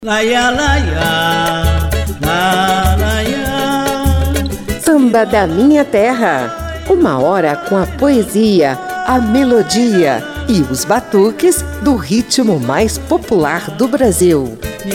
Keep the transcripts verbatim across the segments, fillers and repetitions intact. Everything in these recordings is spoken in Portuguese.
Laia, laia, la, laia. Samba da Minha Terra. Uma hora com a poesia, a melodia e os batuques do ritmo mais popular do Brasil.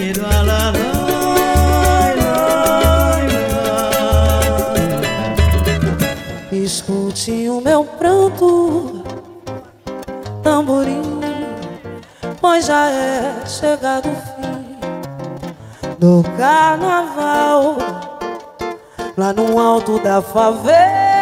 Escute o meu pranto, tamborim, pois já é chegado o fim do carnaval. Lá no alto da favela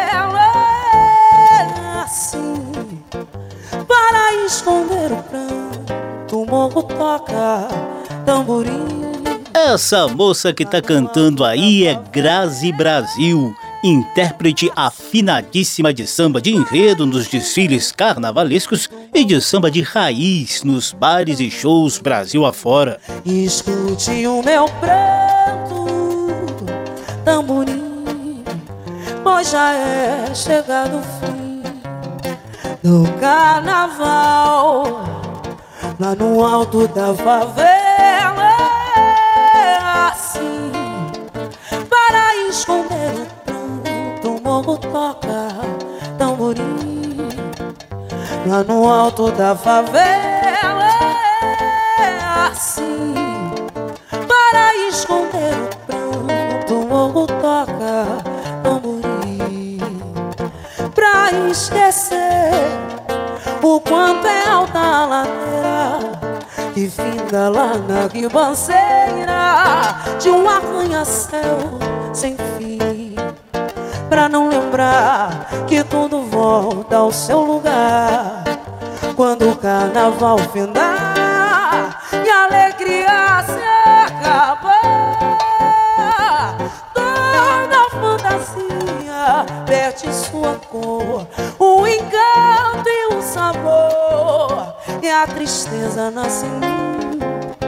é assim, para esconder o pranto, o morro toca tamborim. Essa moça que tá cantando aí é Grazi Brasil, intérprete afinadíssima de samba de enredo nos desfiles carnavalescos e de samba de raiz nos bares e shows Brasil afora. Escute o meu pranto, tamborim, pois já é chegado o fim do carnaval. Lá no alto da favela é assim, para esconder o pranto, o morro toca tamborim. Lá no alto da favela é assim, para esconder o pranto, o morro toca tamborim. Pra esquecer o quanto é alta a ladeira que finda lá na ribanceira de um arranha-céu sem fim. Pra não lembrar que tudo volta ao seu lugar quando o carnaval findar e a alegria se acabar. Toda a fantasia perde sua cor, o encanto e o sabor, e a tristeza nasce em mim.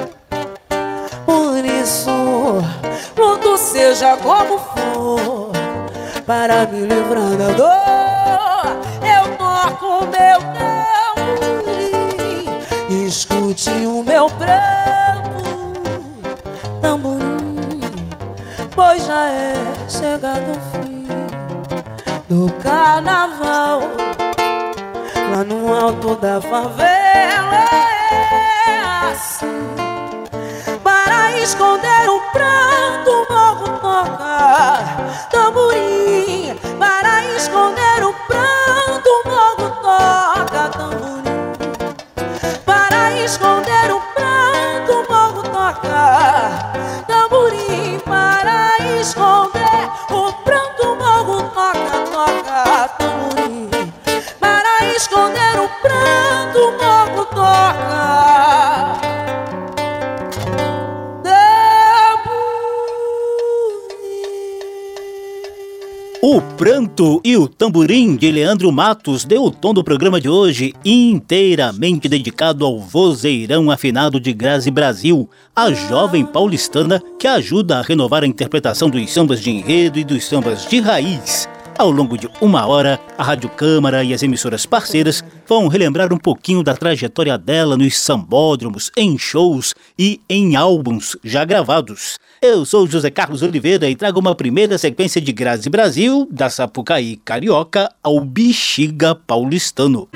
Por isso, luto seja como for, para me livrar da dor, eu toco meu tamborim. Escute o meu pranto, tamborim, pois já é chegado o fim do carnaval. Lá no alto da favela é assim, para esconder o pranto, o morro toca tamborim. Para esconder o pranto, o morro toca tamborim. Para esconder o pranto, o morro toca tamborim. Para esconder o pranto, o morro toca, toca tamborim. Para esconder o pranto, o morro toca. O Pranto e o Tamborim, de Leandro Matos, deu o tom do programa de hoje, inteiramente dedicado ao vozeirão afinado de Grazi Brasil, a jovem paulistana que ajuda a renovar a interpretação dos sambas de enredo e dos sambas de raiz. Ao longo de uma hora, a Rádio Câmara e as emissoras parceiras vão relembrar um pouquinho da trajetória dela nos sambódromos, em shows e em álbuns já gravados. Eu sou José Carlos Oliveira e trago uma primeira sequência de Grazi Brasil, da Sapucaí carioca ao Bexiga paulistano.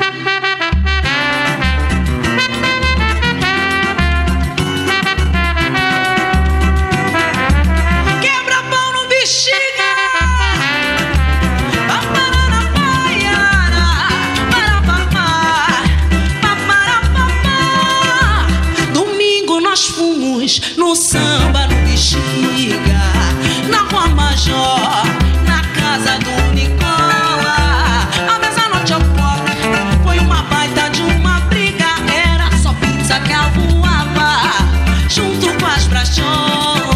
No samba, no Bexiga, na Rua Major, na casa do Nicola. A mesma noite ao pobre foi uma baita de uma briga. Era só pizza que a voava, junto com as bracholas.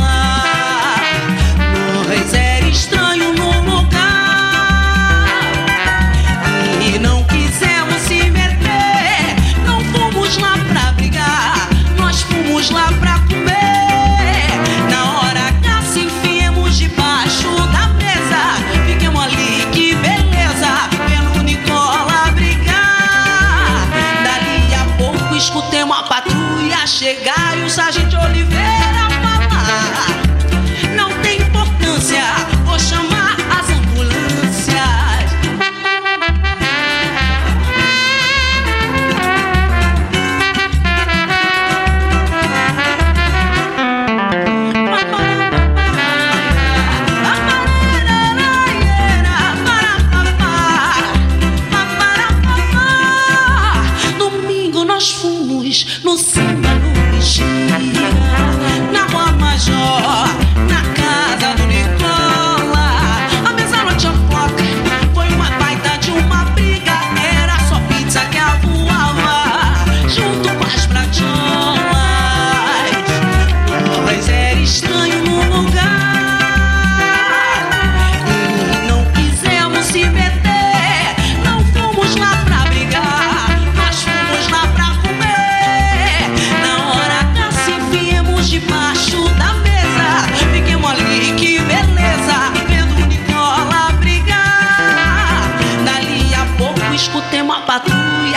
Nós era estranho no lugar e não quisemos se meter. Não fomos lá pra brigar, nós fomos lá pra comer.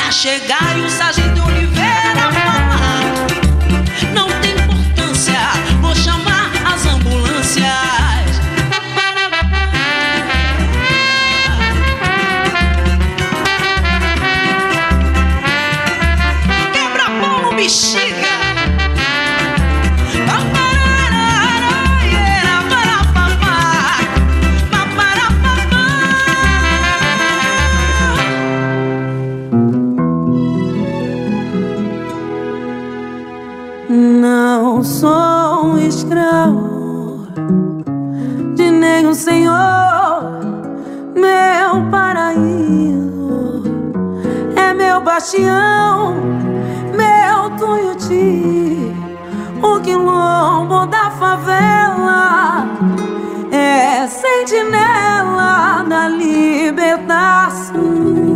mulher chegar e o sargento Oliveira falar: não tem importância, vou chamar as ambulâncias. Quebra-pau no bexiga. Não sou um escravo de nenhum senhor, meu paraíso é meu bastião, meu Tuiuti, o quilombo da favela é sentinela da libertação.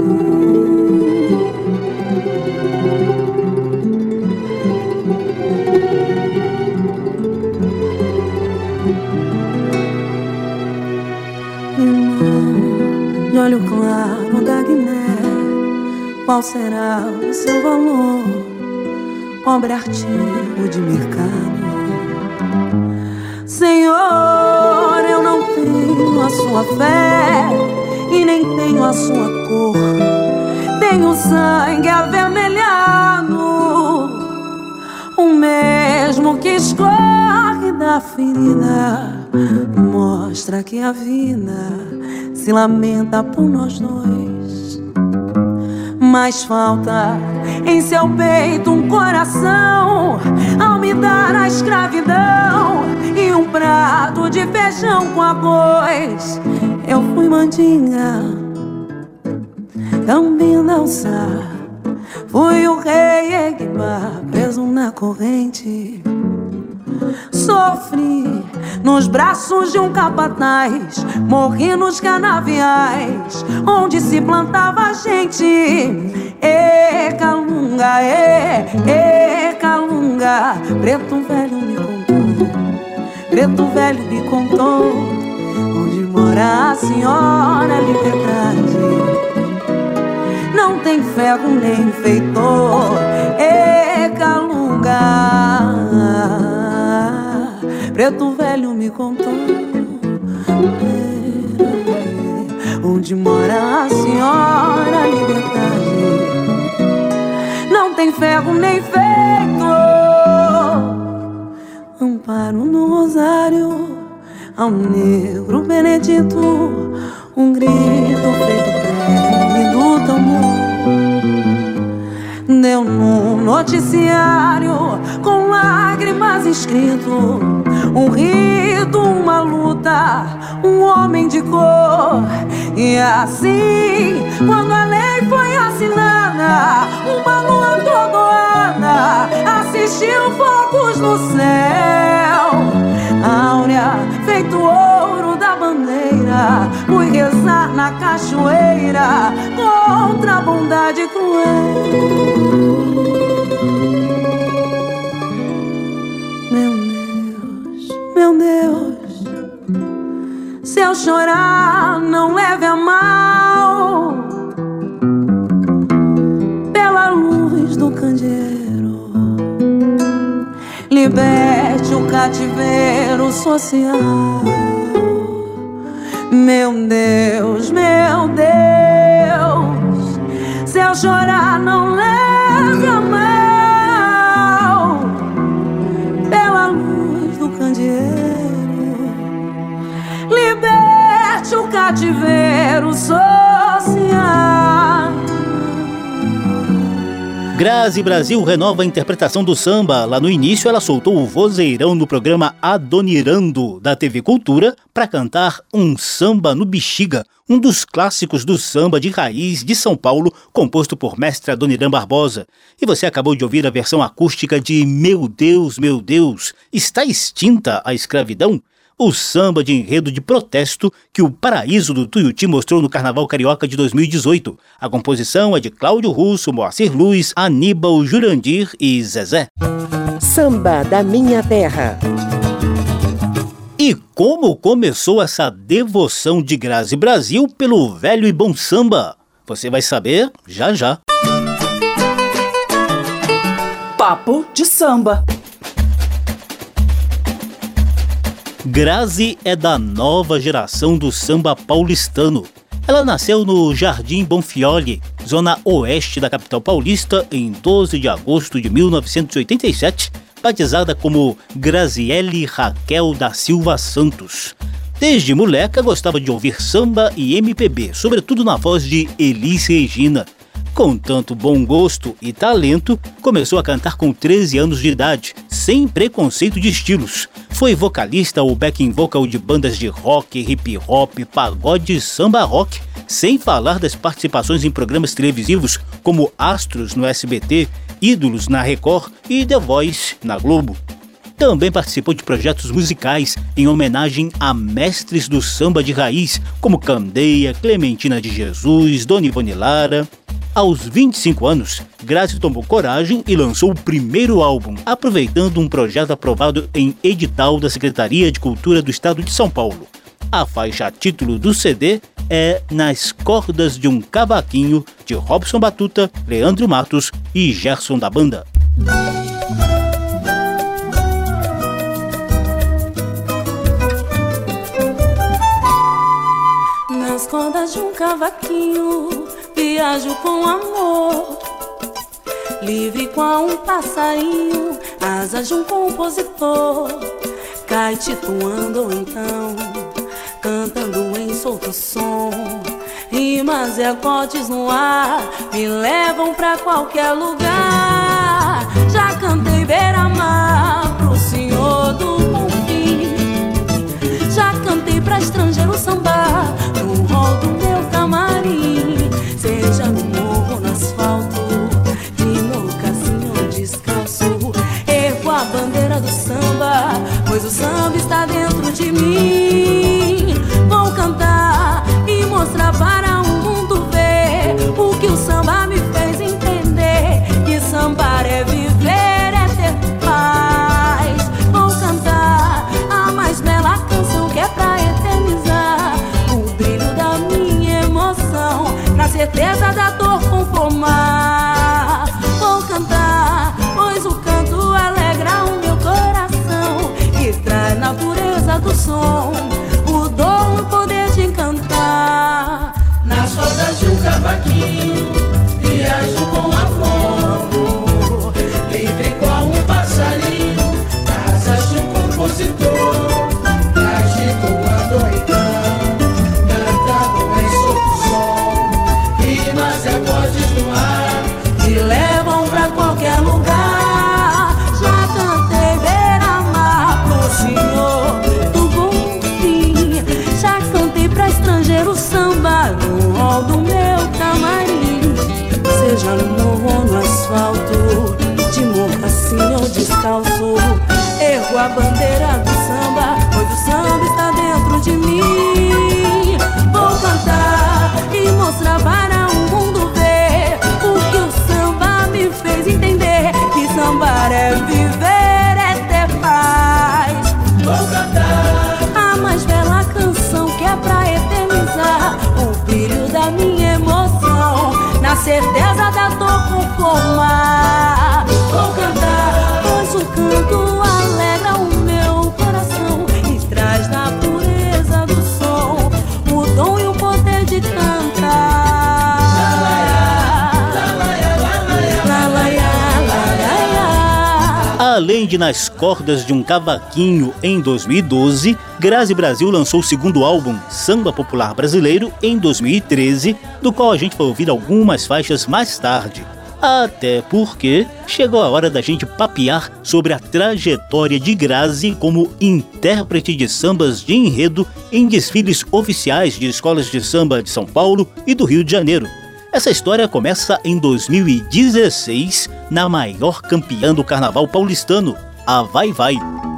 De olho claro da Guiné, qual será o seu valor, pobre artigo de mercado? Senhor, eu não tenho a sua fé e nem tenho a sua cor, tenho sangue avermelhado, o mesmo que escorre da ferida, mostra que a vida se lamenta por nós dois. Mas falta em seu peito um coração ao me dar a escravidão e um prato de feijão com arroz. Eu fui mandinga, Cambinda alçar, fui o rei Egba preso na corrente. Sofri nos braços de um capataz, morri nos canaviais onde se plantava gente. E Calunga, e, e Calunga, preto velho me contou, preto velho me contou, onde mora a senhora liberdade. Não tem ferro nem feitor, e Calunga, preto velho me contou, onde mora a senhora liberdade. Não tem ferro nem feito, amparo no rosário ao negro Benedito, um grito feito prêmio do tambor. Deu no noticiário com lágrimas escrito, um rito, uma luta, um homem de cor. E assim, quando a lei foi assinada, uma lua atordoada assistiu focos no céu. Áurea, feito ouro da bandeira, fui rezar na cachoeira contra a bondade cruel. Meu Deus, meu Deus, se eu chorar, não leve a mal, pela luz do candeeiro, liberte o cativeiro social. Meu Deus, meu Deus, se eu chorar, não leve a mal, pela luz do candeeiro, liberte o cativeiro social. Grazi Brasil renova a interpretação do samba. Lá no início ela soltou o vozeirão no programa Adonirando, da T V Cultura, para cantar um samba no bexiga, um dos clássicos do samba de raiz de São Paulo, composto por mestre Adoniran Barbosa. E você acabou de ouvir a versão acústica de Meu Deus, Meu Deus, está extinta a escravidão? O samba de enredo de protesto que o Paraíso do Tuiuti mostrou no Carnaval Carioca de dois mil e dezoito. A composição é de Cláudio Russo, Moacir Luz, Aníbal, Jurandir e Zezé. Samba da Minha Terra. E como começou essa devoção de Grazi Brasil pelo velho e bom samba? Você vai saber já já. Papo de Samba. Grazi é da nova geração do samba paulistano. Ela nasceu no Jardim Bonfioli, zona oeste da capital paulista, em doze de agosto de mil novecentos e oitenta e sete, batizada como Graziele Raquel da Silva Santos. Desde moleca gostava de ouvir samba e M P B, sobretudo na voz de Elis Regina. Com tanto bom gosto e talento, começou a cantar com treze anos de idade, sem preconceito de estilos. Foi vocalista ou backing vocal de bandas de rock, hip hop, pagode e samba rock, sem falar das participações em programas televisivos como Astros no S B T, Ídolos na Record e The Voice na Globo. Também participou de projetos musicais em homenagem a mestres do samba de raiz, como Candeia, Clementina de Jesus, Dona Ivone Lara. Aos vinte e cinco anos, Grazi tomou coragem e lançou o primeiro álbum, aproveitando um projeto aprovado em edital da Secretaria de Cultura do Estado de São Paulo. A faixa título do C D é Nas Cordas de um Cavaquinho, de Robson Batuta, Leandro Matos e Gerson da Banda. Nas cordas de um cavaquinho viajo com amor, livre qual um passarinho, asas de um compositor, caetituando ou então cantando em solto som. Rimas e acordes no ar me levam pra qualquer lugar. Já cantei beira-mar pro senhor do Bonfim, já cantei pra estrangeiro sambar no hall do meu camarim. Seja no morro, no asfalto, de mocassim ou descalço, ergo a bandeira do samba, pois o samba está dentro de mim. Vou cantar e mostrar para o mundo ver o que o samba me fez entender, que sambar é viver, é ter paz. Vou cantar a mais bela canção que é pra eternizar o brilho da minha emoção, na certeza da dor conformar. Vou cantar, pois o canto alegra o meu coração e traz na pureza do som o dom e o poder de encantar. Nas cordas de um cavaquinho viajo com amor, livre qual um passarinho, asas de um compositor, agitando então, cantando em solto som. Rimas e acordes no ar me levam pra qualquer lugar. Já cantei beira-mar pro senhor do Bonfim, já cantei pra estrangeiro samba no hall do meu camarim. Seja no morro ou no asfalto, de mocassim ou descalço, ergo a bandeira do samba, pois o samba está dentro de mim. Vou cantar e mostrar para o mundo ver o que o samba me fez entender, que sambar é viver, é ter paz. vou cantar A mais bela canção que é pra eternizar o brilho da minha emoção, na certeza da dor conformar. Vou cantar, pois o canto alegra o meu coração e traz na pureza do som o dom e o poder de cantar. Além de Nas Cordas de um Cavaquinho em dois mil e doze, Grazi Brasil lançou o segundo álbum, Samba Popular Brasileiro, em dois mil e treze, do qual a gente vai ouvir algumas faixas mais tarde. Até porque chegou a hora da gente papear sobre a trajetória de Grazi como intérprete de sambas de enredo em desfiles oficiais de escolas de samba de São Paulo e do Rio de Janeiro. Essa história começa em dois mil e dezesseis, na maior campeã do carnaval paulistano, a Vai Vai.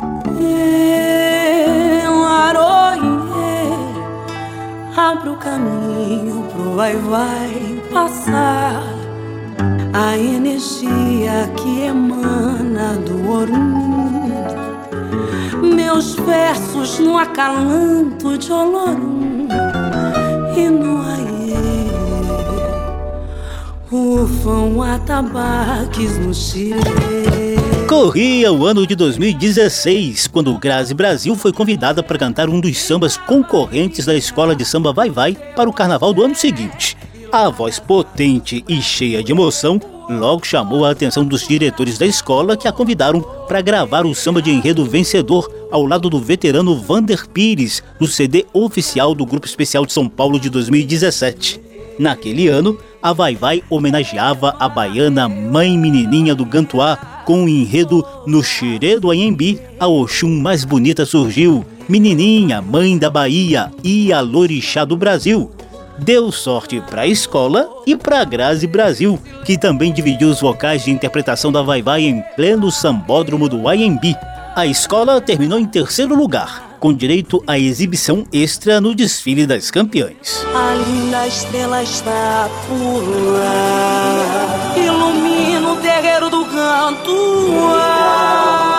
Abre o caminho pro Vai Vai passar, a energia que emana do Orum, meus versos no acalanto de Olorum e no Aie, o tufam atabaques no Chile. Corria o ano de dois mil e dezesseis, quando Grazi Brasil foi convidada para cantar um dos sambas concorrentes da escola de samba Vai Vai para o carnaval do ano seguinte. A voz potente e cheia de emoção logo chamou a atenção dos diretores da escola, que a convidaram para gravar o samba de enredo vencedor ao lado do veterano Vander Pires, do C D oficial do Grupo Especial de São Paulo de dois mil e dezessete. Naquele ano, a Vai Vai homenageava a baiana Mãe Menininha do Gantuá com o enredo No Xirê do Anhembi, a Oxum mais bonita surgiu, Menininha, mãe da Bahia e a Lorixá do Brasil. Deu sorte para a escola e para a Grazi Brasil, que também dividiu os vocais de interpretação da Vai Vai em pleno sambódromo do Anhembi. A escola terminou em terceiro lugar, com direito à exibição extra no desfile das campeãs. A linda estrela está por lá, ilumina o terreiro do Gantuá.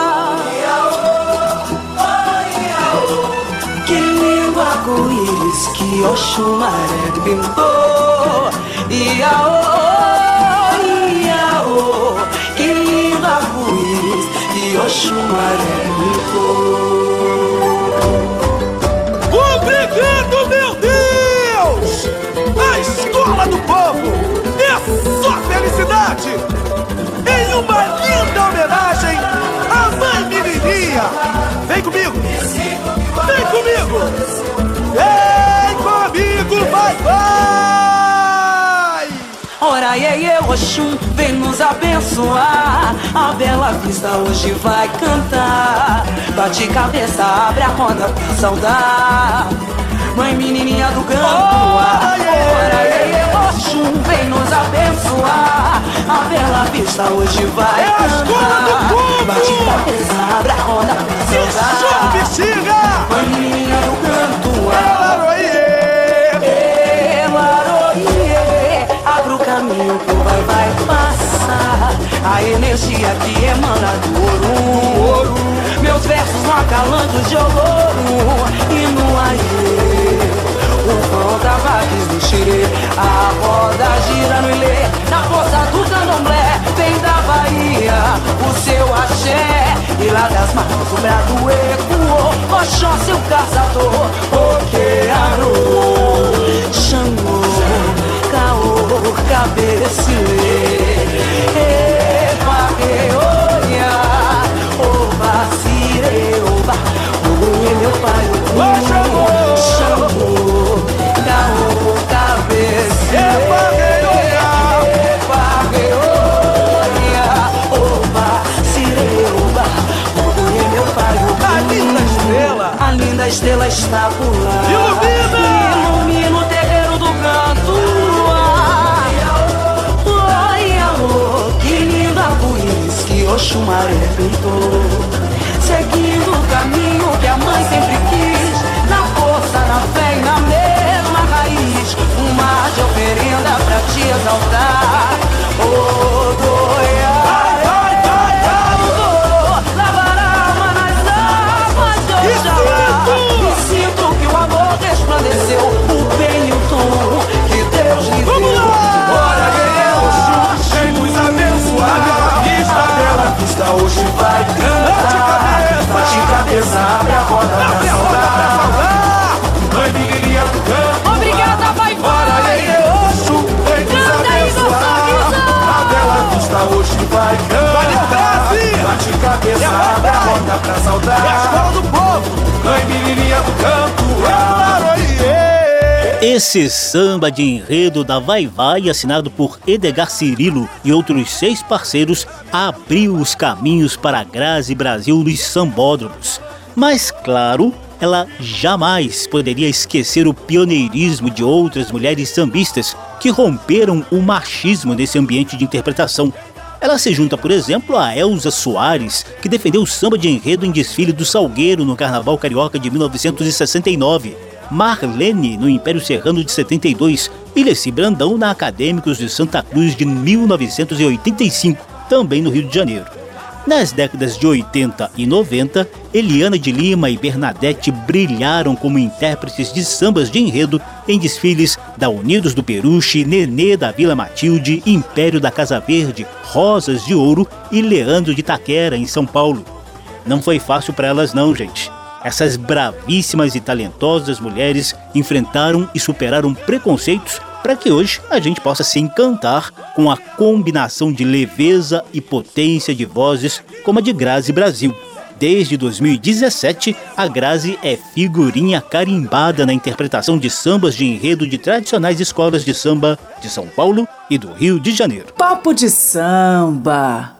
Que lindo arco-íris que Oxumaré pintou. Iaô, iaô, que lindo arco-íris que Oxumaré pintou. Obrigado, meu Deus! A escola do povo é só felicidade! Em uma linda homenagem à Mãe Menininha! Vem comigo! Vem comigo! Vem comigo, vai, vai! Ora, iê, iê, Oxum, vem nos abençoar. A Bela Vista hoje vai cantar. Bate cabeça, abre a roda pra saudar Mãe Menininha do Gantuá. Ora, iê, iê, Oxum, vem nos abençoar. A Bela Vista hoje vai é cantar. Bate cabeça, abre a roda pra saudar Mãe Menininha do Gantuá. Abre o caminho que o vai vai passar. A energia que emana do ouro, ouro. Meus versos no acalanto de ouro. E no aie, o pão da vaques do Xirê. A roda gira no Ilê, na força do candomblé. Vem da Bahia, o seu axé. E lá das marcas o brado ecoou. Oxóssi o caçador, oquearo, Xangô, Caô, cabecilê. Epa, eoia, oba, sire, oba. O é meu pai, o Xangô, Caô, cabecilê. Epa, eoia, oba, sire, oba. O é meu pai, o A linda estrela, a linda estrela está por lá. Ilumina! Ilumina o terreiro do Gantuá. Que lindo arco-íris que Oxumaré pintou. Seguindo o caminho que a mãe sempre quis, na força, na fé e na mesma raiz. Um mar de oferenda pra te exaltar. Oh, doia, lavar alma nas águas de Oxalá. E sinto que o amor resplandeceu, o bem e o tom que Deus lhe deu. Ora, Deus, vem nos abençoar. Vista Bela Vista hoje vai cantar. Bate cabeça, abre a roda pra saudar Mãe Menininha do Gantuá. Obrigada, vai, vai. Ora, Deus, vem nos Canta aí, abençoar. A Bela Vista hoje vai cantar. Bate cabeça, abre a roda pra saudar. É a escola do povo, Mãe Menininha do Gantuá. Esse samba de enredo da Vai Vai, assinado por Edgar Cirilo e outros seis parceiros, abriu os caminhos para a Grazi Brasil nos sambódromos. Mas, claro, ela jamais poderia esquecer o pioneirismo de outras mulheres sambistas que romperam o machismo nesse ambiente de interpretação. Ela se junta, por exemplo, a Elza Soares, que defendeu o samba de enredo em desfile do Salgueiro no Carnaval Carioca de mil novecentos e sessenta e nove. Marlene, no Império Serrano de setenta e dois, e Leci Brandão na Acadêmicos de Santa Cruz de mil novecentos e oitenta e cinco, também no Rio de Janeiro. Nas décadas de oitenta e noventa, Eliana de Lima e Bernadette brilharam como intérpretes de sambas de enredo em desfiles da Unidos do Peruche, Nenê da Vila Matilde, Império da Casa Verde, Rosas de Ouro e Leandro de Itaquera, em São Paulo. Não foi fácil para elas não, gente. Essas bravíssimas e talentosas mulheres enfrentaram e superaram preconceitos para que hoje a gente possa se encantar com a combinação de leveza e potência de vozes como a de Grazi Brasil. Desde dois mil e dezessete, a Grazi é figurinha carimbada na interpretação de sambas de enredo de tradicionais escolas de samba de São Paulo e do Rio de Janeiro. Papo de samba!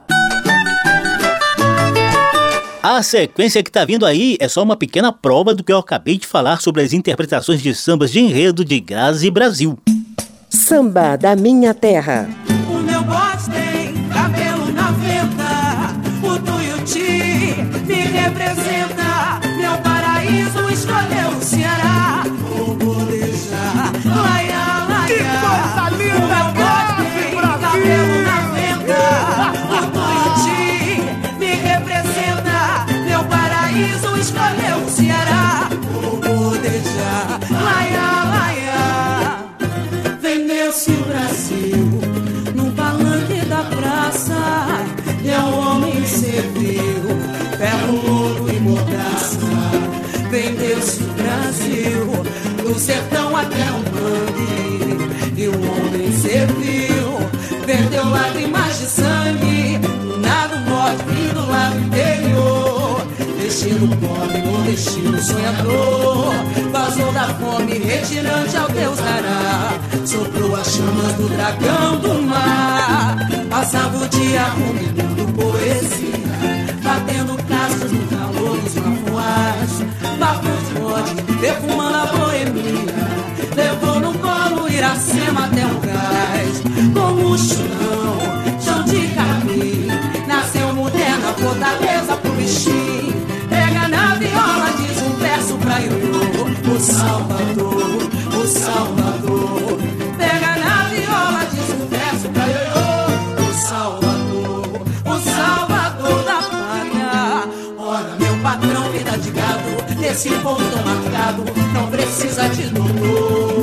A sequência que tá vindo aí é só uma pequena prova do que eu acabei de falar sobre as interpretações de sambas de enredo de Grazi Brasil. Samba da Minha Terra. O meu bote tem cabelo na venta, o Tuiuti me representa, meu paraíso escolheu o Ceará, o Bolejar, laia, laia. Que coisa linda! O meu bote tem cabelo na venta, o Tuiuti me representa, meu paraíso escolheu o Ceará, o Bolejar, laia, laia. Vendeu-se o Brasil no palanque da praça, e ao homem serviu ferro, ouro e mordaça. Vendeu-se o Brasil do sertão até o mangue, e o homem serviu, perdeu lágrimas de sangue, nada morte vindo lá do interior. Destino pobre, nordestino sonhador, vazou da fome, retirante ao Deus dará, soprou as chamas do dragão do mar, passava o dia ruminando poesia, batendo cascos no calor dos mafuás, bafos de ódio, perfumando a boemia, levou no colo Iracema até o gás, como o chão, chão de capim, nasceu moderna fortaleza pro bichinho. Pega na viola, diz um verso pra Ioiô, o Salvador, o Salvador. Pega na viola, diz um verso pra Ioiô, o Salvador, o Salvador da pátria. Ora, meu patrão, vida de gado, nesse povo tão marcado, não precisa de doutor.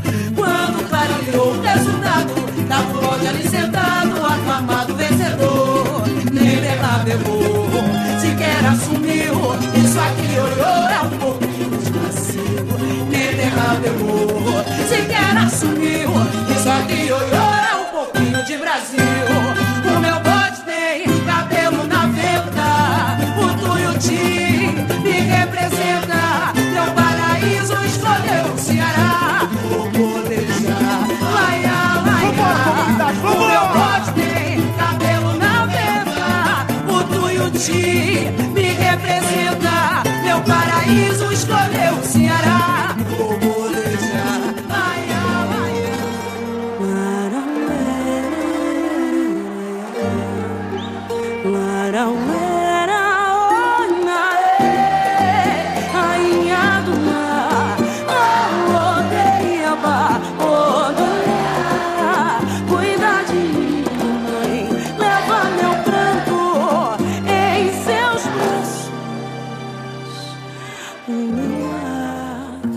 Quando clareou o resultado, da flor ali sentado, aclamado vencedor, nem dela pegou, sequer assumiu, isso aqui olhou, é um pouquinho de Brasil. Nem terra pegou, sequer assumiu, isso aqui olhou, é um pouquinho de Brasil. O meu bote tem cabelo na venta, o Tuiuti me representa, meu paraíso escolheu o Ceará, o Bolejar, laia, laia. O meu bote tem cabelo na venta, o Tuiuti me representa, meu paraíso escolheu o Ceará, o Bolejar, laia, laia. Rainha do mar, oh, odeiaba, odolhar, cuida de mim, mãe, leva meu pranto em seus braços, o meu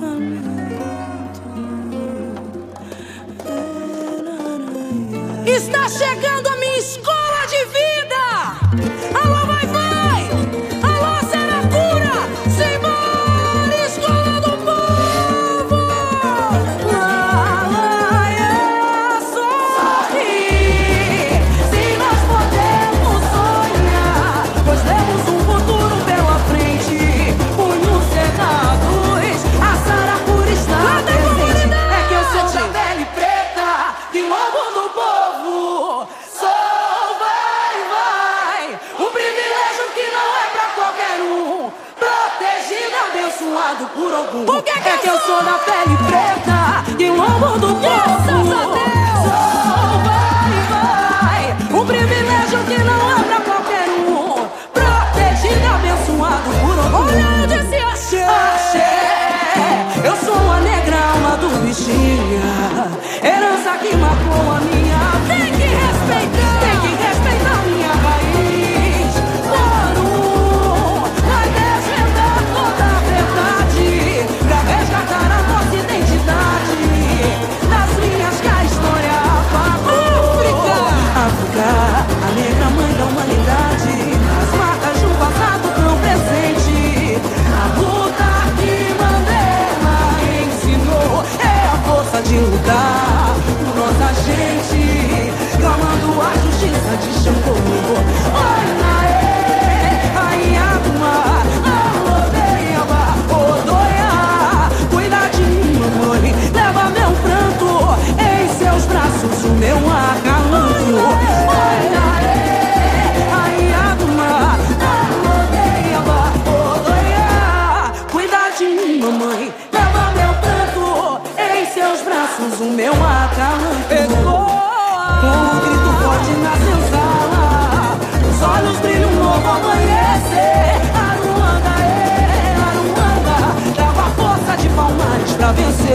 caminho. Está chegando a minha escola de vida! Alô, vai, vai! Alô, Saracura! Simbora, escola do povo! Lá, lá, é sorrir! Se nós podemos sonhar, pois temos um futuro pela frente. Punhos cerrados, a Saracura está presente. É que eu sou da pele preta, de lobo do povo. Sou, vai, vai, um privilégio que não é pra qualquer um, protegido, abençoado por algum. Por que que é que eu sou da pele preta, de lobo do povo. Sou, vai, vai, um privilégio que não é pra qualquer um, protegido, abençoado por algum. Olha, eu disse axé, axé. Eu sou a negra alma do bichinha, herança que marcou a minha. Tem que respeitar, tem que respeitar minha raiz.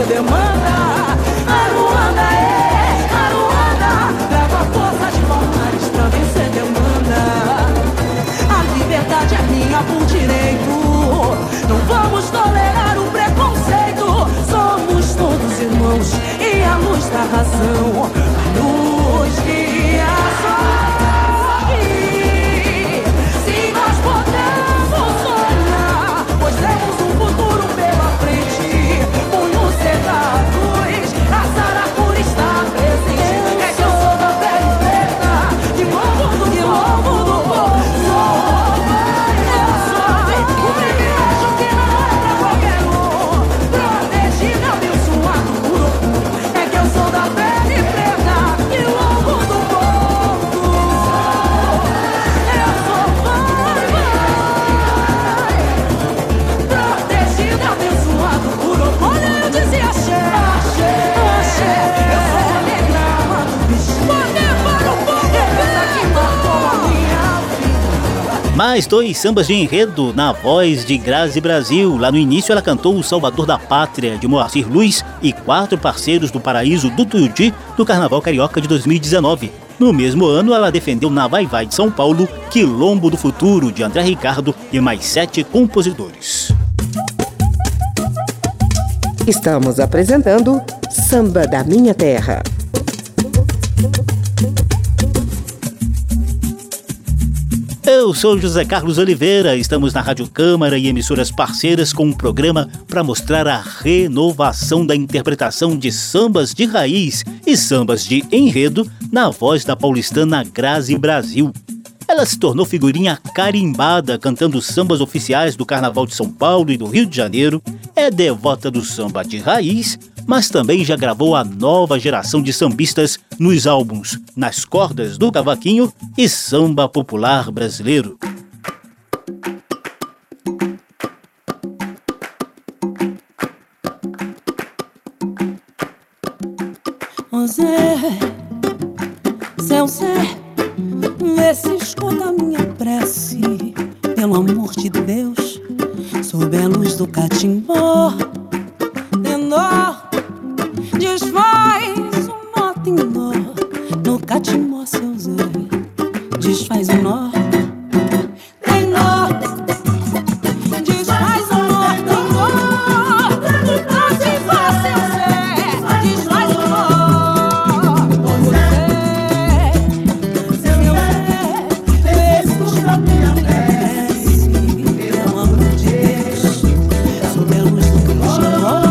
você demanda. Aruanda é, Aruanda, leva força de palmares pra vencer demanda. A liberdade é minha por direito, não vamos tolerar o preconceito. Somos todos irmãos e a luz da razão, a luz que a sorrir. Se nós podemos sonhar, pois temos um futuro pela frente. Punho cerrados, a Saracura está presente. É que eu sou da pele preta, de novo do de novo do povo. Eu sou o privilégio que não é pra qualquer um, protegido, abençoado por Ogum. É que eu sou da pele preta, de novo do povo. Eu sou vai, vai, protegido, abençoado por Ogum. Olha, eu dizia axé, axé, axé. Eu sou a negra amada do bichinho. Poder para o povo, essa que marcou a minha vida. Mais dois sambas de enredo na voz de Grazi Brasil. Lá no início ela cantou O Salvador da Pátria, de Moacir Luiz, e Quatro Parceiros do Paraíso, do Tuiuti, do Carnaval Carioca de dois mil e dezenove. No mesmo ano ela defendeu na Vai Vai de São Paulo, Quilombo do Futuro, de André Ricardo e mais sete compositores. Estamos apresentando Samba da Minha Terra. Eu sou José Carlos Oliveira, estamos na Rádio Câmara e emissoras parceiras com um programa para mostrar a renovação da interpretação de sambas de raiz e sambas de enredo na voz da paulistana Grazi Brasil. Ela se tornou figurinha carimbada cantando sambas oficiais do Carnaval de São Paulo e do Rio de Janeiro, é devota do samba de raiz, mas também já gravou a nova geração de sambistas nos álbuns Nas Cordas do Cavaquinho e Samba Popular Brasileiro. Ô Zé, seu Zé, vê se escuta a minha prece, pelo amor de Deus, sob a luz do catimbó. Tenor, desfaz o nó, tem nó, no catimbó, seu Zé, desfaz o nó. Tem nó, desfaz o nó, tem nó, no catimbó, seu Zé, desfaz o nó. Ô Zé, seu Zé, vê se escuta a minha prece, pelo amor de Deus, sob a luz do catimbó.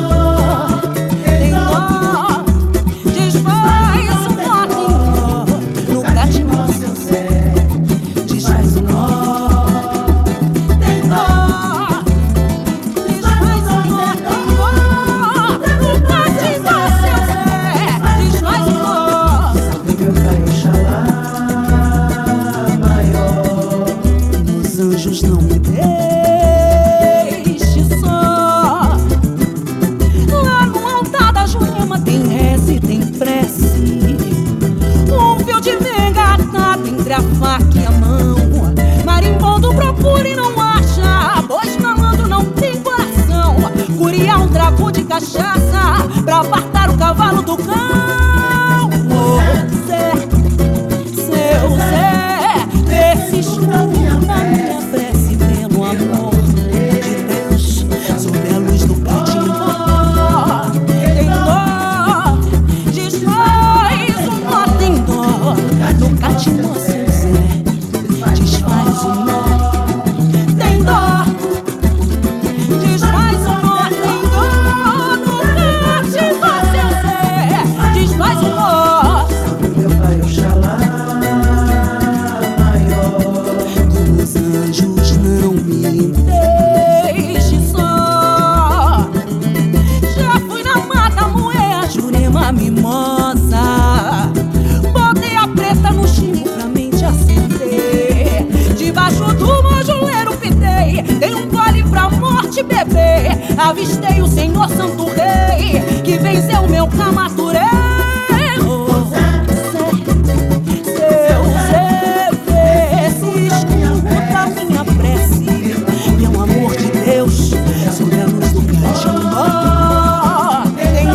Cachaça pra apartar o cavalo do cão. Ô Zé, seu Zé, vê se escuta a minha prece, pelo amor de Deus, sob a luz do catimbó. Tem dó, desfaz o nó, tem dó, no catimbó, seu Zé, desfaz o nó. Tem dó, desfaz o nó, tem dó, desfaz o nó. Meu pai, Oxalá maior, os anjos não me deixe só. Já fui na mata moer a jurema mimosa, botei a preta no chimbo pra mente acender. Debaixo do mojuleiro pitei, dei um gole pra morte beber. Avistei o Senhor Santo Rei, que venceu meu camaturei. Sob a luz do catimbó, tem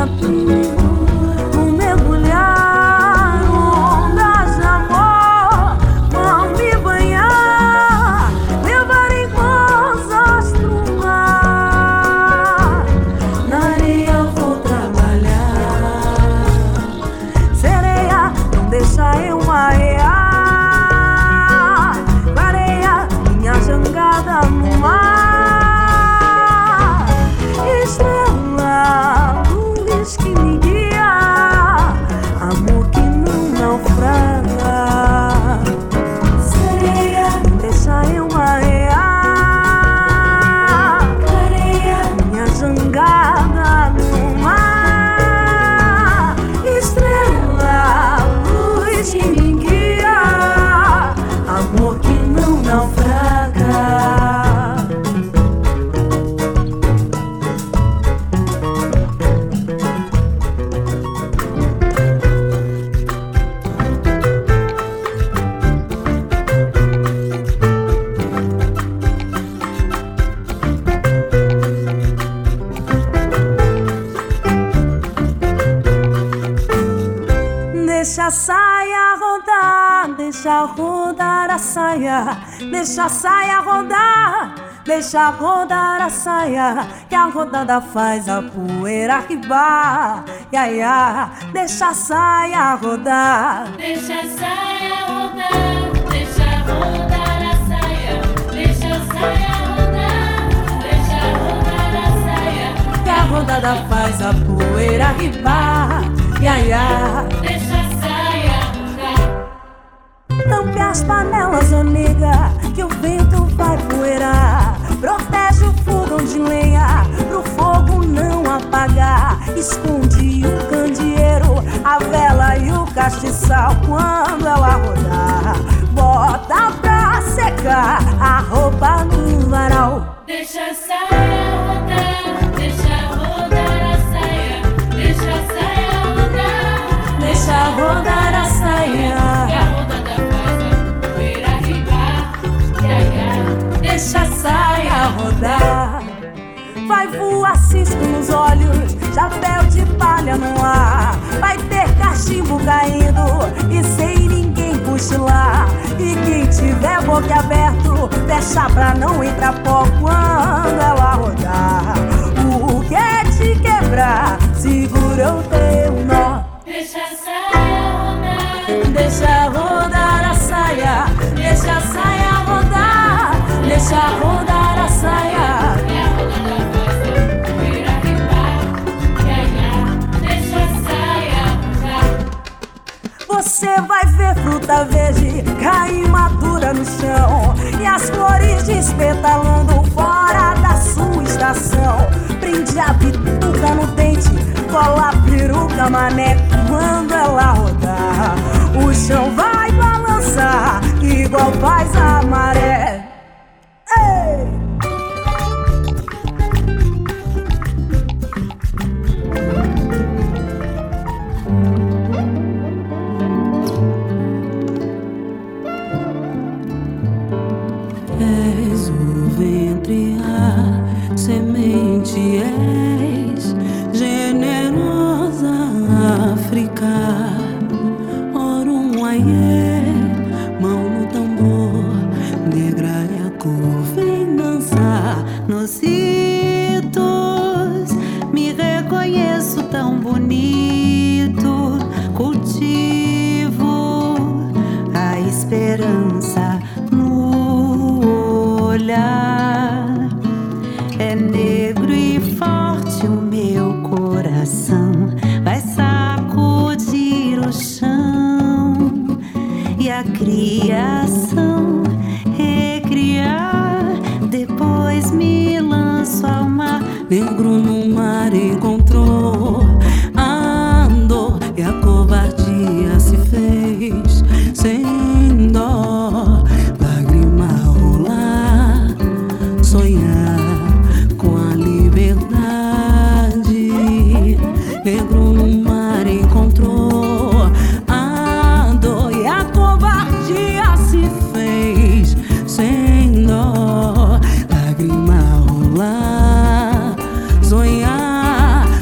Deixa a saia rodar, deixa rodar a saia, deixa a saia rodar, deixa rodar a saia, que a rodada faz a poeira ribar. Ia, ia, deixa a saia rodar, deixa a saia rodar, deixa rodar a saia, deixa a saia rodar, deixa rodar a saia, que a rodada faz a poeira ribar. Ia, ia, deixa a saia rodar. Tampe as panelas, ô nega, que o vento vai poeirar. Protege o fogão de lenha, pro fogo não apagar. Esconde o candeeiro, a vela e o castiçal. Quando ela rodar, bota pra secar a roupa no varal. Deixa a saia rodar, deixa rodar a saia, deixa a saia rodar, deixa rodar a saia, que a rodada faz a poeira ribar. Ia, ia, deixa a saia rodar. Vai voar cisco nos olhos, chapéu de palha no ar. Vai ter cachimbo caindo e sem ninguém cochilar. E quem tiver boca aberto, fecha pra não entrar pó quando ela rodar. O que é te quebrar, segura o teu nó. deixa a saia rodar, Deixa rodar a saia, deixa a saia rodar, deixa rodar a saia. que a rodada faz a poeira ribar. Ia, ia, deixa a saia rodar. Você vai ver fruta verde cair madura no chão e as flores despetalando fora da sua estação. Prende a bituca no dente, cola a peruca, mané. Quando ela rodar, o chão vai balançar igual faz a maré. Ei! És o ventre, a semente, és generosa África. Orum aiê, mão no tambor, negra é a cor, vem dançar nos ritos. Me reconheço tão bonito, cultivo a esperança no olhar. É negro e forte o meu coração, vai sacudir o chão e a criação recriar. Depois me lanço ao mar, negro no mar encontrou. Andou e a covardia se fez sem dó. Lágrima rolar, sonhar com a liberdade. Negro no mar encontrou. Andou e a covardia se fez sem dó. Lágrima rolar, sonhar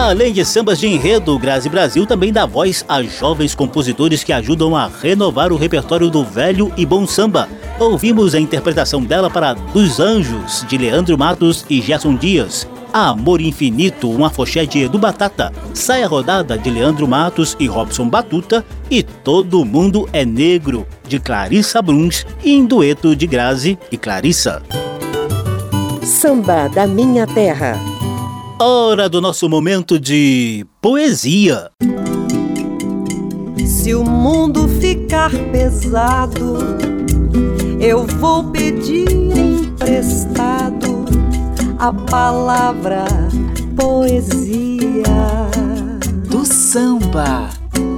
Além de sambas de enredo, Grazi Brasil também dá voz a jovens compositores que ajudam a renovar o repertório do velho e bom samba. Ouvimos a interpretação dela para Dos Anjos, de Leandro Matos e Gerson Dias, Amor Infinito, um afoxé de Edu Batata, Saia Rodada, de Leandro Matos e Robson Batuta, e Todo Mundo é Negro, de Clarissa Bruns, e em dueto de Grazi e Clarissa. Samba da Minha Terra. Hora do nosso momento de poesia. Se o mundo ficar pesado, eu vou pedir emprestado a palavra poesia do samba.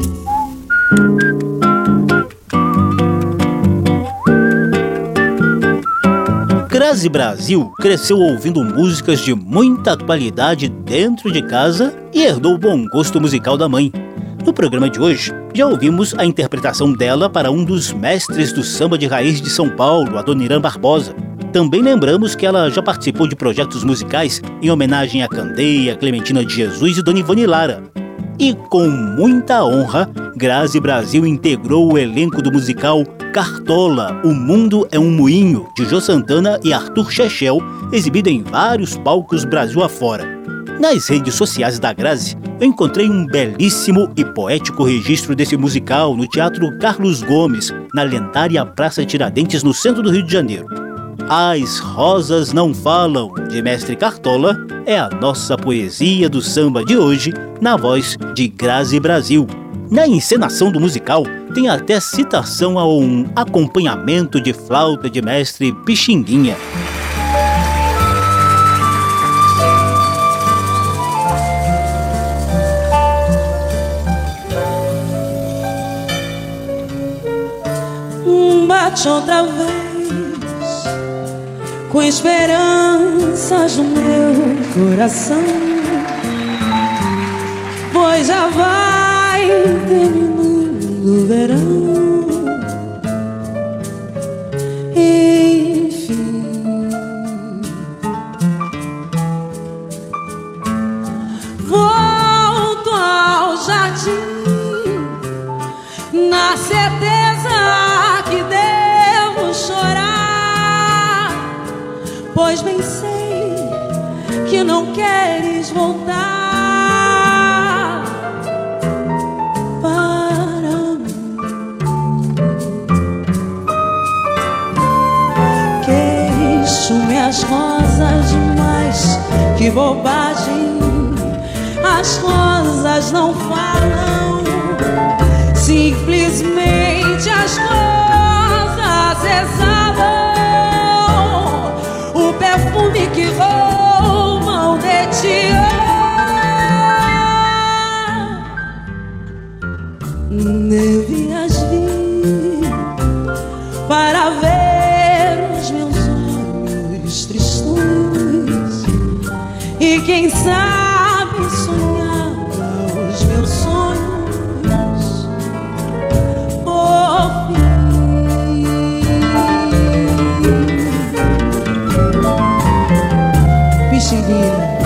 Grazi Brasil cresceu ouvindo músicas de muita qualidade dentro de casa e herdou o bom gosto musical da mãe. No programa de hoje, já ouvimos a interpretação dela para um dos mestres do samba de raiz de São Paulo, Adoniran Barbosa. Também lembramos que ela já participou de projetos musicais em homenagem a Candeia, Clementina de Jesus e Dona Ivone Lara. E com muita honra, Grazi Brasil integrou o elenco do musical Cartola, O Mundo é um Moinho, de Jô Santana e Arthur Chechel, exibido em vários palcos Brasil afora. Nas redes sociais da Grazi, eu encontrei um belíssimo e poético registro desse musical no Teatro Carlos Gomes, na lendária Praça Tiradentes, no centro do Rio de Janeiro. As Rosas Não Falam, de Mestre Cartola, é a nossa poesia do samba de hoje, na voz de Grazi Brasil. Na encenação do musical, tem até citação a um acompanhamento de flauta de Mestre Pixinguinha. Bate outra vez com esperanças no meu coração, pois já vai terminando o verão. Enfim, volto ao jardim na certeza que devo chorar, pois bem sei que não queres voltar para mim. Queixo-me as rosas demais, que bobagem. As rosas não falam, simplesmente as rosas exalam o perfume que roubam de ti. Devias vir para ver os meus olhos tristos e quem sabe sonhava os meus sonhos por fim. Pixinguinha.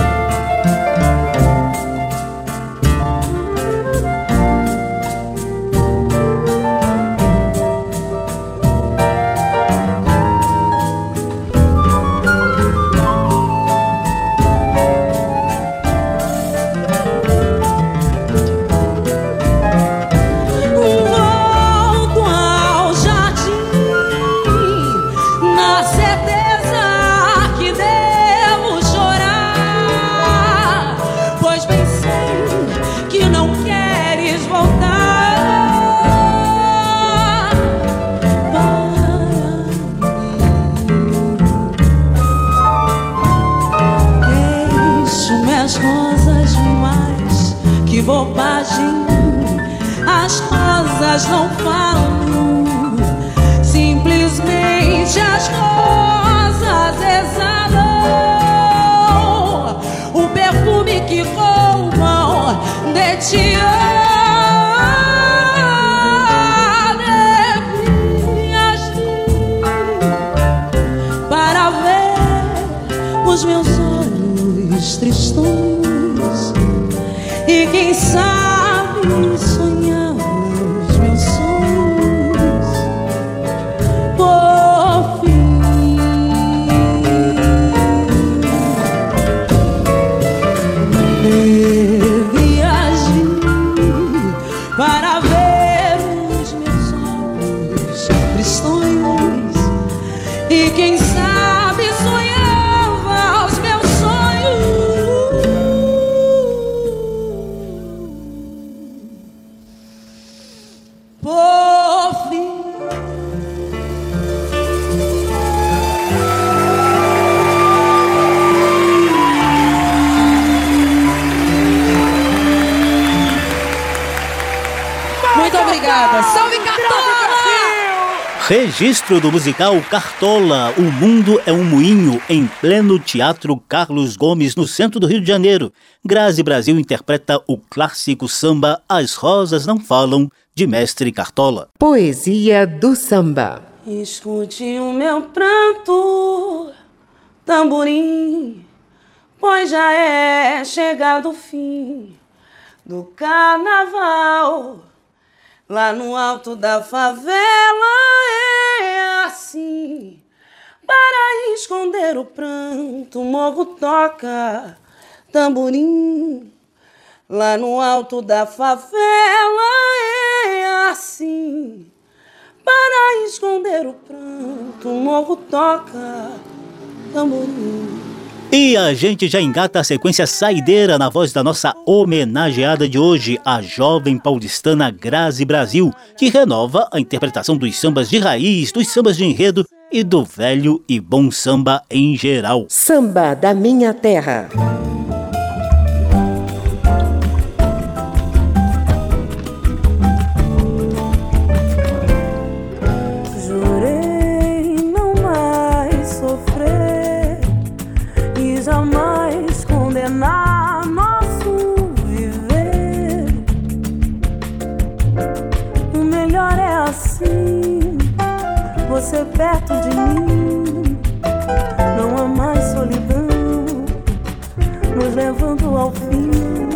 Bobagem, as rosas não falam, simplesmente as rosas exalam o perfume que roubam de ti. Devias vir para ver os meus olhos tristos para ver os meus olhos tristonhos e quem sabe sonhava os meus sonhos. Por fim muito obrigada. Salve Cartola! Registro do musical Cartola, O Mundo é um Moinho, em pleno Teatro Carlos Gomes, no centro do Rio de Janeiro. Grazi Brasil interpreta o clássico samba As Rosas Não Falam, de Mestre Cartola. Poesia do samba. Escute o meu pranto, tamborim, pois já é chegado o fim do carnaval. Lá no alto da favela é assim. Para esconder o pranto, o morro toca tamborim. Lá no alto da favela é assim. Para esconder o pranto, o morro toca tamborim. E a gente já engata a sequência saideira na voz da nossa homenageada de hoje, a jovem paulistana Grazi Brasil, que renova a interpretação dos sambas de raiz, dos sambas de enredo e do velho e bom samba em geral. Samba da Minha Terra. Jamais condenar nosso viver. O melhor é assim, você perto de mim. Não há mais solidão, nos levando ao fim.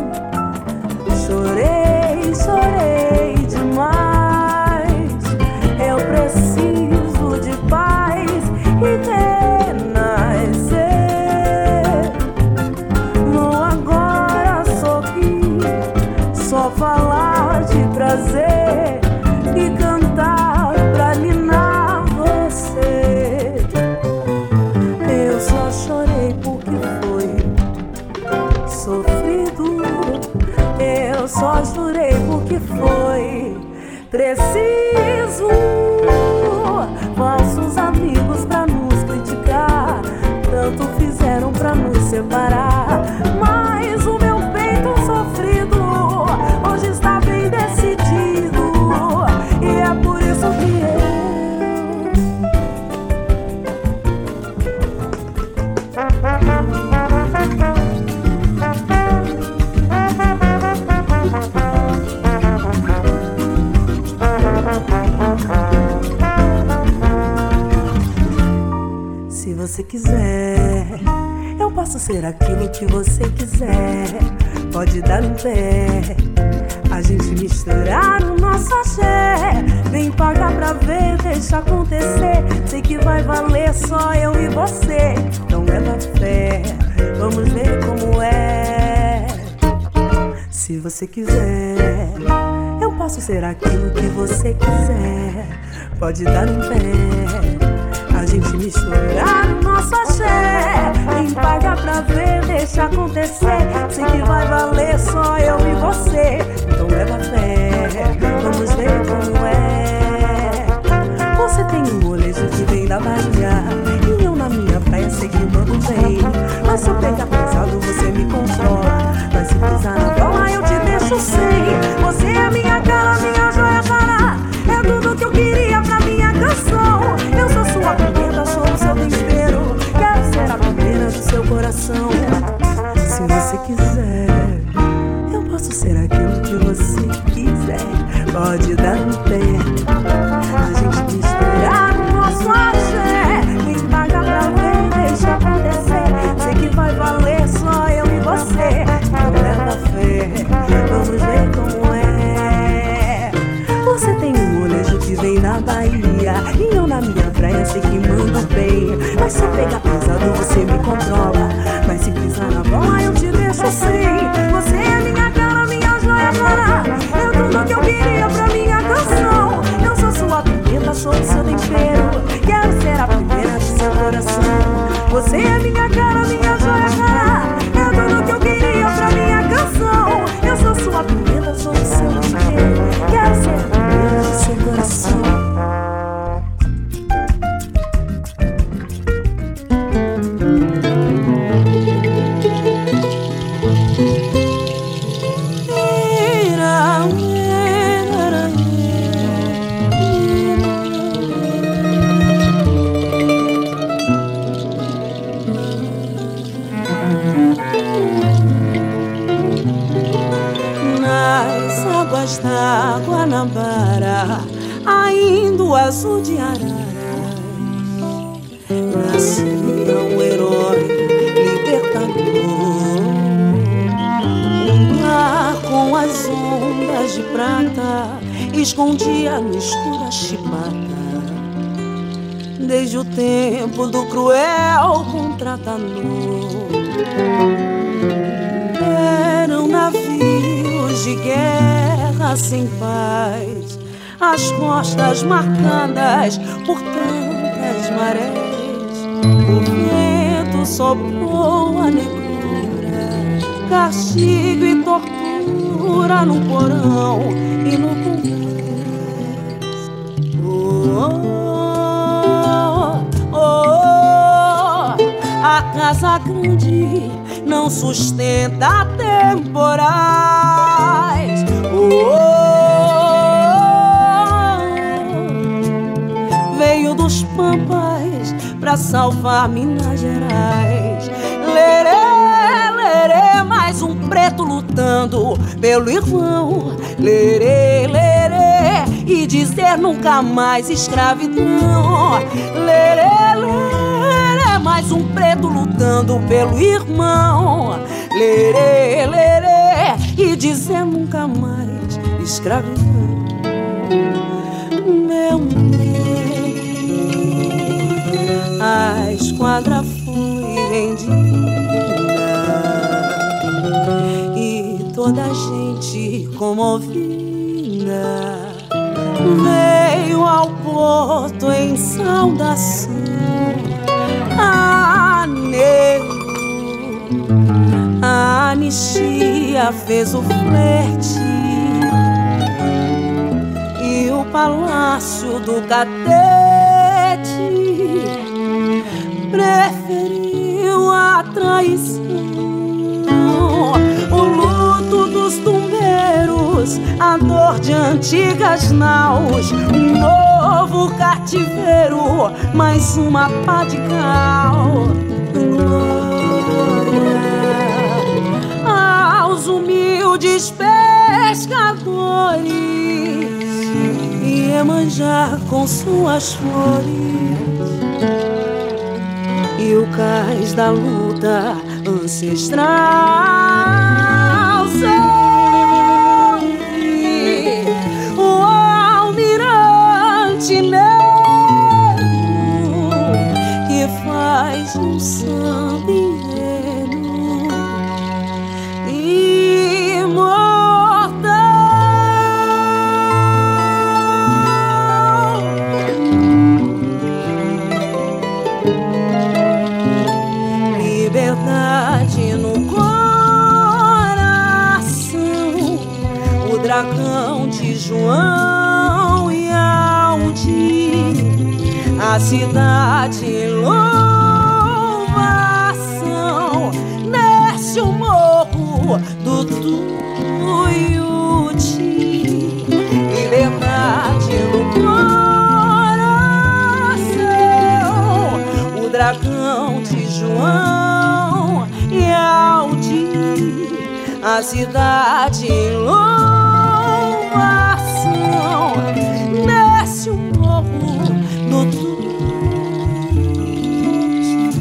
Chorei, chorei demais. Eu preciso de paz e renascer. Só falar de prazer e cantar pra ninar você. Eu só chorei porque foi sofrido. Eu só chorei porque foi preciso. Falsos amigos pra nos criticar, tanto fizeram pra nos separar. Mas o meu peito sofrido hoje está bem decidido, e é por isso que eu se você quiser, eu posso ser aquilo que você quiser. Pode dar um pé, a gente misturar o nosso axé. Vem pagar pra ver, deixa acontecer. Sei que vai valer só eu e você. Então leva fé, vamos ver como é. Se você quiser, eu posso ser aquilo que você quiser. Pode dar um pé, a gente misturar o nosso axé. Vem pagar pra ver, deixa acontecer. Sei que vai valer só eu e você. Então leva fé, vamos ver como é. Você tem um molejo que vem da Bahia, e eu na minha praia sei que mando bem. Mas se eu pegar pesado você me controla, mas se pisar na bola eu te deixo sem. Você é minha cara, minha joia para. É tudo que eu queria pra minha canção. Eu sou sua pimenta, sou o seu tempero. Quero ser a primeira do seu coração. Se você quiser, eu posso ser aquilo que você quiser. Pode dar um pé, a gente misturar o nosso axé. Quem paga pra ver, deixa acontecer. Sei que vai valer só eu e você. Então leva fé, vamos ver como é. Você tem um molejo que vem da Bahia, e eu na minha praia sei que mando bem. Mas se pegar pesado você me controla, mas se pisar na bola eu te deixo sem. Você é minha cara, minha joia para. Eu tô tudo que eu queria pra minha canção. Eu sou sua pimenta, sou o seu tempero. Quero ser a primeira de seu coração. Você é minha cara, minha joia cara. É tudo que eu queria pra minha canção. Eu sou sua pimenta, sou o seu tempero. Quero ser a primeira de seu coração. Da Guanabara, ainda o azul de araras, nascia um herói libertador. Um mar com as ondas de prata escondia no escuro a chibata. Desde o tempo do cruel contratador, eram navios de guerra sem paz, as costas marcadas por tantas marés. O vento soprou a negrura, castigo e tortura no porão e no convés. Oh, oh, oh, a casa grande não sustenta temporais. Oh, veio dos pampas pra salvar Minas Gerais. Lerê, lerê, mais um preto lutando pelo irmão. Lerê, lerê, e dizer nunca mais escravidão. Lerê, lerê, mais um preto lutando pelo irmão. Lerê, lerê, e dizer nunca mais escravidão. Meu medo, a esquadra foi vendida e toda a gente comovida veio ao porto em saudação. Ah, negro, a anistia fez o flerte e o palácio do cadete preferiu a traição. O luto dos tumbeiros, a dor de antigas naus, um novo cativeiro, mais uma pá de cal. Aos humildes pescadores, Iemanjá com suas flores e o cais da luta ancestral. Salve o almirante negro que faz um samba enredo imortal. Liberdade no coração, o dragão de João e Aldir, a cidade em louvação, desce o morro do Tuiuti. Liberdade no coração, o dragão de João e Aldir, a cidade em louvação, desce o morro do Tuiuti.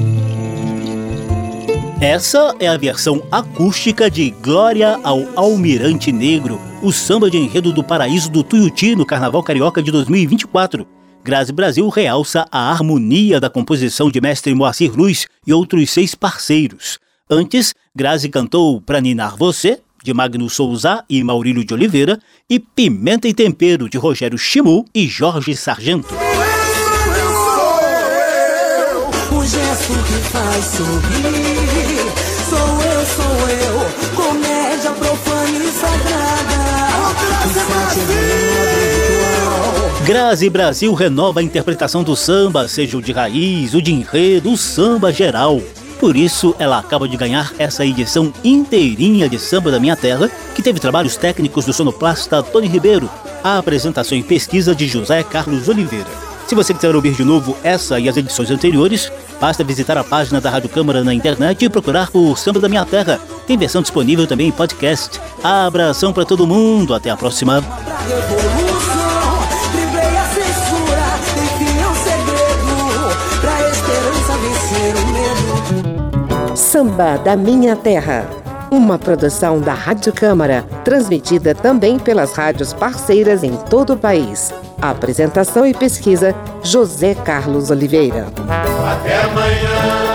Essa é a versão acústica de Glória ao Almirante Negro, o samba de enredo do Paraíso do Tuiuti no Carnaval Carioca de dois mil e vinte e quatro. Grazi Brasil realça a harmonia da composição de mestre Moacir Luz e outros seis parceiros. Antes, Grazi cantou Pra Ninar Você, de Magno Souza e Maurílio de Oliveira, e Pimenta e Tempero, de Rogério Chimu e Jorge Sargento. O gesto que faz sorrir, sou eu, sou eu, comédia profana e sagrada. Grazi Brasil renova a interpretação do samba, seja o de raiz, o de enredo, o samba geral. Por isso, ela acaba de ganhar essa edição inteirinha de Samba da Minha Terra, que teve trabalhos técnicos do sonoplasta Tony Ribeiro, a apresentação e pesquisa de José Carlos Oliveira. Se você quiser ouvir de novo essa e as edições anteriores, basta visitar a página da Rádio Câmara na internet e procurar por Samba da Minha Terra. Tem versão disponível também em podcast. Abração pra todo mundo, até a próxima. Samba da Minha Terra, uma produção da Rádio Câmara, transmitida também pelas rádios parceiras em todo o país. Apresentação e pesquisa, José Carlos Oliveira. Até amanhã.